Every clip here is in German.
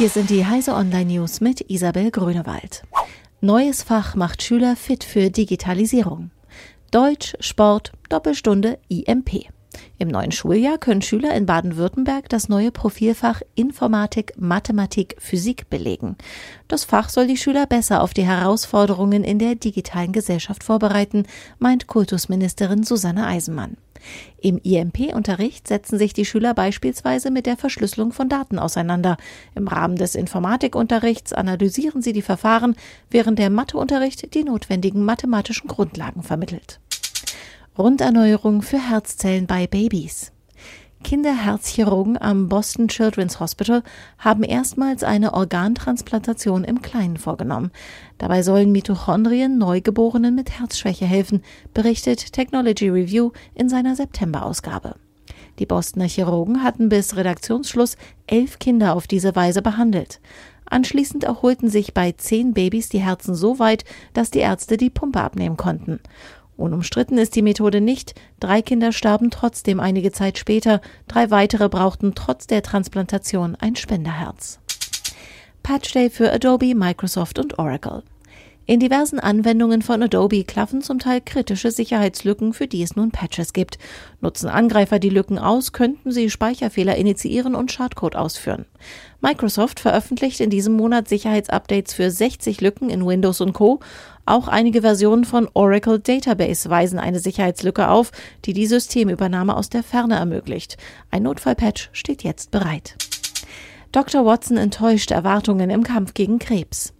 Hier sind die Heise Online News mit Isabel Grünewald. Neues Fach macht Schüler fit für Digitalisierung. Deutsch, Sport, Doppelstunde, IMP. Im neuen Schuljahr können Schüler in Baden-Württemberg das neue Profilfach Informatik, Mathematik, Physik belegen. Das Fach soll die Schüler besser auf die Herausforderungen in der digitalen Gesellschaft vorbereiten, meint Kultusministerin Susanne Eisenmann. Im IMP-Unterricht setzen sich die Schüler beispielsweise mit der Verschlüsselung von Daten auseinander. Im Rahmen des Informatikunterrichts analysieren sie die Verfahren, während der Matheunterricht die notwendigen mathematischen Grundlagen vermittelt. Runderneuerung für Herzzellen bei Babys. Kinderherzchirurgen am Boston Children's Hospital haben erstmals eine Organtransplantation im Kleinen vorgenommen. Dabei sollen Mitochondrien Neugeborenen mit Herzschwäche helfen, berichtet Technology Review in seiner September-Ausgabe. Die Bostoner Chirurgen hatten bis Redaktionsschluss 11 Kinder auf diese Weise behandelt. Anschließend erholten sich bei 10 Babys die Herzen so weit, dass die Ärzte die Pumpe abnehmen konnten. Unumstritten ist die Methode nicht. 3 Kinder starben trotzdem einige Zeit später. 3 weitere brauchten trotz der Transplantation ein Spenderherz. Patch Day für Adobe, Microsoft und Oracle. In diversen Anwendungen von Adobe klaffen zum Teil kritische Sicherheitslücken, für die es nun Patches gibt. Nutzen Angreifer die Lücken aus, könnten sie Speicherfehler initiieren und Schadcode ausführen. Microsoft veröffentlicht in diesem Monat Sicherheitsupdates für 60 Lücken in Windows und Co. Auch einige Versionen von Oracle Database weisen eine Sicherheitslücke auf, die die Systemübernahme aus der Ferne ermöglicht. Ein Notfallpatch steht jetzt bereit. Dr. Watson enttäuscht Erwartungen im Kampf gegen Krebs.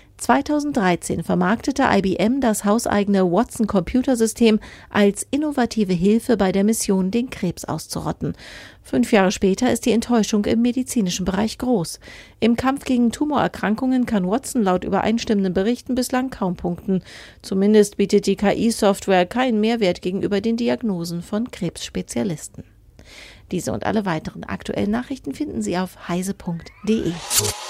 2013 vermarktete IBM das hauseigene Watson-Computersystem als innovative Hilfe bei der Mission, den Krebs auszurotten. 5 Jahre später ist die Enttäuschung im medizinischen Bereich groß. Im Kampf gegen Tumorerkrankungen kann Watson laut übereinstimmenden Berichten bislang kaum punkten. Zumindest bietet die KI-Software keinen Mehrwert gegenüber den Diagnosen von Krebsspezialisten. Diese und alle weiteren aktuellen Nachrichten finden Sie auf heise.de.